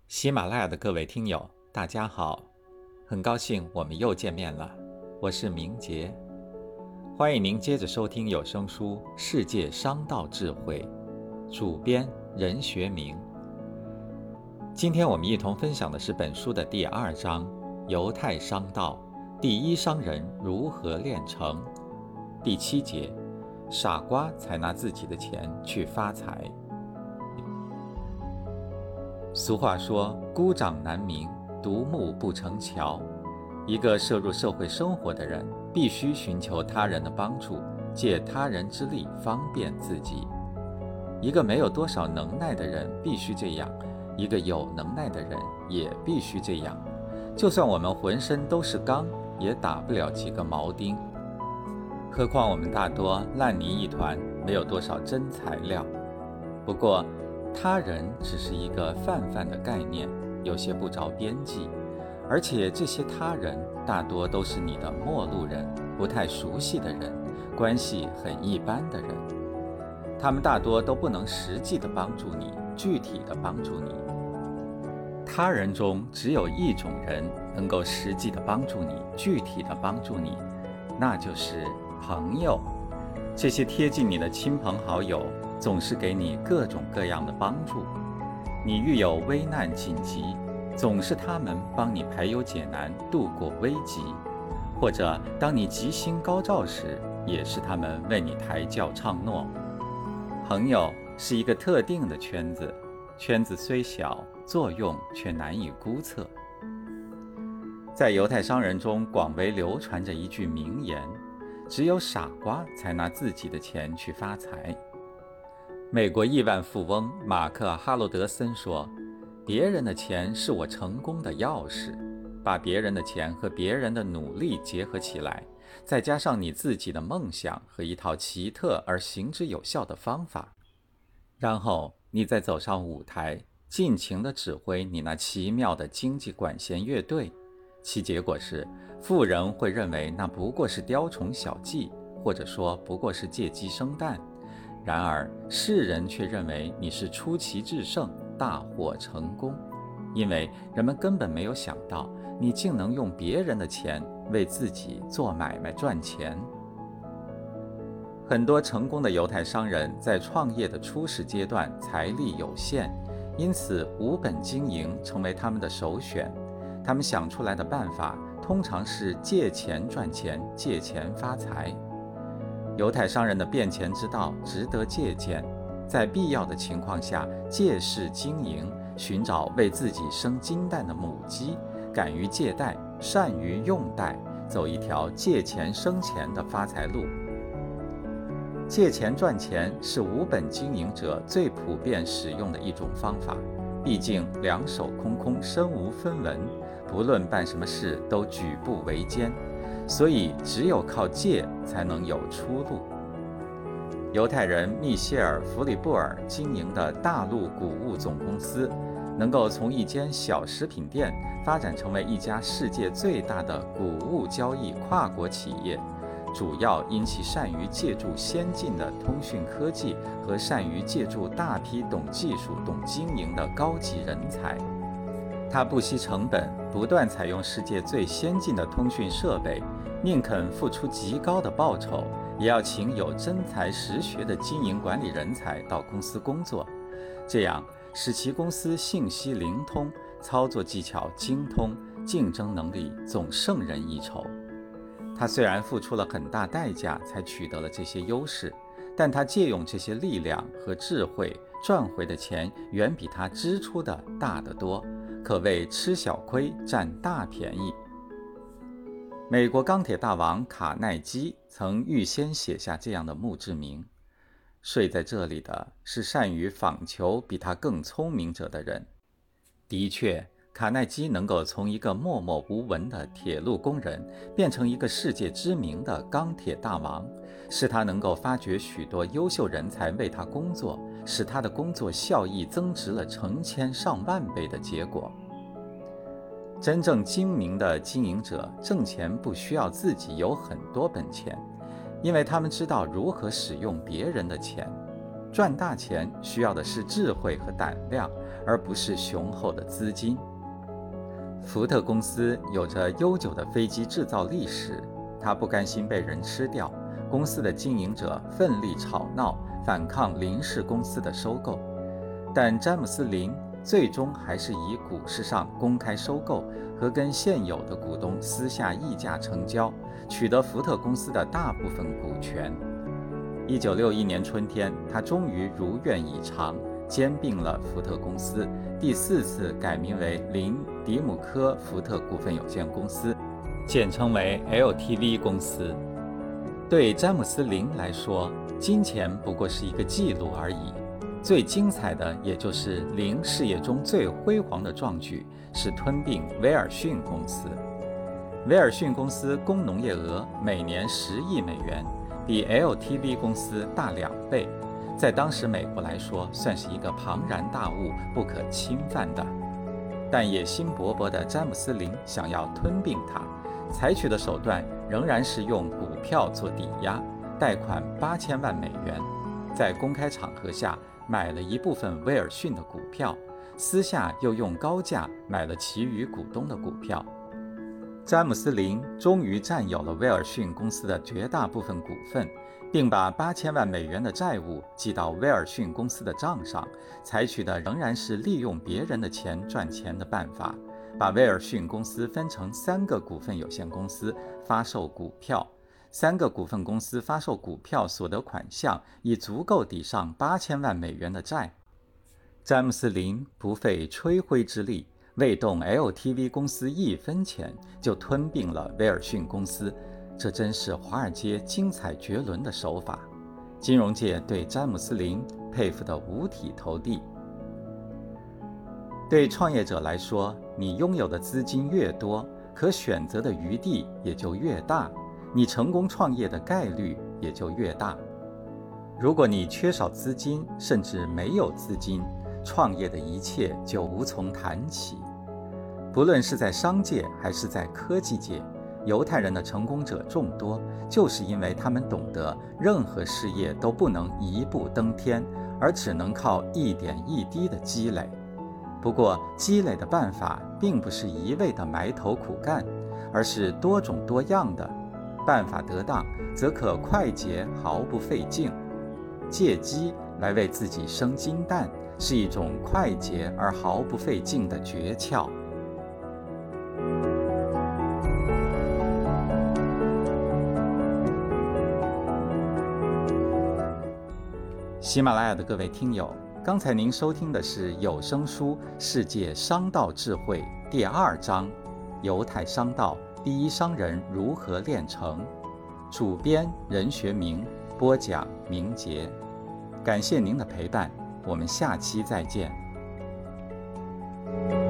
喜马拉雅的各位听友，大家好，很高兴我们又见面了，我是明杰，欢迎您接着收听有声书《世界商道智慧》，主编任学明。今天我们一同分享的是本书的第2章犹太商道，第一商人如何炼成，第7节，傻瓜才拿自己的钱去发财。俗话说，孤掌难鸣，独木不成桥。一个涉入社会生活的人，必须寻求他人的帮助，借他人之力方便自己。一个没有多少能耐的人必须这样，一个有能耐的人也必须这样。就算我们浑身都是钢，也打不了几个铆钉。何况我们大多烂泥一团，没有多少真材料。不过他人只是一个泛泛的概念，有些不着边际，而且这些他人大多都是你的陌路人，不太熟悉的人，关系很一般的人。他们大多都不能实际的帮助你，具体的帮助你。他人中只有一种人能够实际的帮助你，具体的帮助你，那就是朋友。这些贴近你的亲朋好友总是给你各种各样的帮助，你遇有危难紧急，总是他们帮你排忧解难，度过危急；或者当你吉星高照时，也是他们为你抬轿唱诺。朋友是一个特定的圈子，圈子虽小，作用却难以估测。在犹太商人中广为流传着一句名言，只有傻瓜才拿自己的钱去发财。美国亿万富翁马克·哈罗德森说，别人的钱是我成功的钥匙，把别人的钱和别人的努力结合起来，再加上你自己的梦想和一套奇特而行之有效的方法，然后你再走上舞台，尽情地指挥你那奇妙的经济管弦乐队，其结果是，富人会认为那不过是雕虫小技，或者说不过是借鸡生蛋。然而世人却认为你是出奇制胜，大获成功，因为人们根本没有想到你竟能用别人的钱为自己做买卖赚钱。很多成功的犹太商人在创业的初始阶段财力有限，因此无本经营成为他们的首选。他们想出来的办法通常是借钱赚钱，借钱发财。犹太商人的变钱之道值得借鉴，在必要的情况下借势经营，寻找为自己生金蛋的母鸡，敢于借贷，善于用贷，走一条借钱生钱的发财路。借钱赚钱是无本经营者最普遍使用的一种方法，毕竟两手空空，身无分文，不论办什么事都举步维艰，所以只有靠借才能有出路。犹太人密歇尔·弗里布尔经营的大陆谷物总公司，能够从一间小食品店发展成为一家世界最大的谷物交易跨国企业，主要因其善于借助先进的通讯科技和善于借助大批懂技术、懂经营的高级人才。他不惜成本，不断采用世界最先进的通讯设备，宁肯付出极高的报酬，也要请有真才实学的经营管理人才到公司工作，这样使其公司信息灵通，操作技巧精通，竞争能力总胜人一筹。他虽然付出了很大代价才取得了这些优势，但他借用这些力量和智慧赚回的钱远比他支出的大得多，可谓吃小亏占大便宜。美国钢铁大王卡耐基曾预先写下这样的墓志铭：睡在这里的是善于访求比他更聪明者的人。的确，卡耐基能够从一个默默无闻的铁路工人变成一个世界知名的钢铁大王，是他能够发掘许多优秀人才为他工作，使他的工作效益增值了成千上万倍的结果。真正精明的经营者挣钱不需要自己有很多本钱，因为他们知道如何使用别人的钱。 赚大钱需要的是智慧和胆量，而不是雄厚的资金。福特公司有着悠久的飞机制造历史，他不甘心被人吃掉，公司的经营者奋力吵闹，反抗林氏公司的收购。但詹姆斯·林最终还是以股市上公开收购和跟现有的股东私下议价成交，取得福特公司的大部分股权。1961年春天，他终于如愿以偿，兼并了福特公司，第4次改名为林·迪姆科福特股份有限公司，简称为 LTV 公司。对詹姆斯·林来说，金钱不过是一个记录而已。最精彩的也就是林事业中最辉煌的壮举是吞并威尔逊公司。威尔逊公司工农业额每年10亿美元，比 LTV 公司大2倍，在当时美国来说算是一个庞然大物，不可侵犯的。但野心勃勃的詹姆斯·林想要吞并它，采取的手段仍然是用股票做抵押，贷款8000万美元，在公开场合下买了一部分威尔逊的股票，私下又用高价买了其余股东的股票。詹姆斯·林终于占有了威尔逊公司的绝大部分股份，并把8000万美元的债务记到威尔逊公司的账上，采取的仍然是利用别人的钱赚钱的办法，把威尔逊公司分成3个股份有限公司发售股票。3个股份公司发售股票所得款项已足够抵上8000万美元的债。詹姆斯·林不费吹灰之力，未动 LTV 公司1分钱，就吞并了威尔逊公司，这真是华尔街精彩绝伦的手法。金融界对詹姆斯·林佩服得五体投地。对创业者来说，你拥有的资金越多，可选择的余地也就越大，你成功创业的概率也就越大。如果你缺少资金，甚至没有资金，创业的一切就无从谈起。不论是在商界还是在科技界，犹太人的成功者众多，就是因为他们懂得任何事业都不能一步登天，而只能靠一点一滴的积累。不过，积累的办法并不是一味的埋头苦干，而是多种多样的。办法得当，则可快捷毫不费劲。借机来为自己生金蛋，是一种快捷而毫不费劲的诀窍。喜马拉雅的各位听友，刚才您收听的是有声书《世界商道智慧》第2章：犹太商道第一商人如何炼成。主编任学明，播讲明杰。感谢您的陪伴，我们下期再见。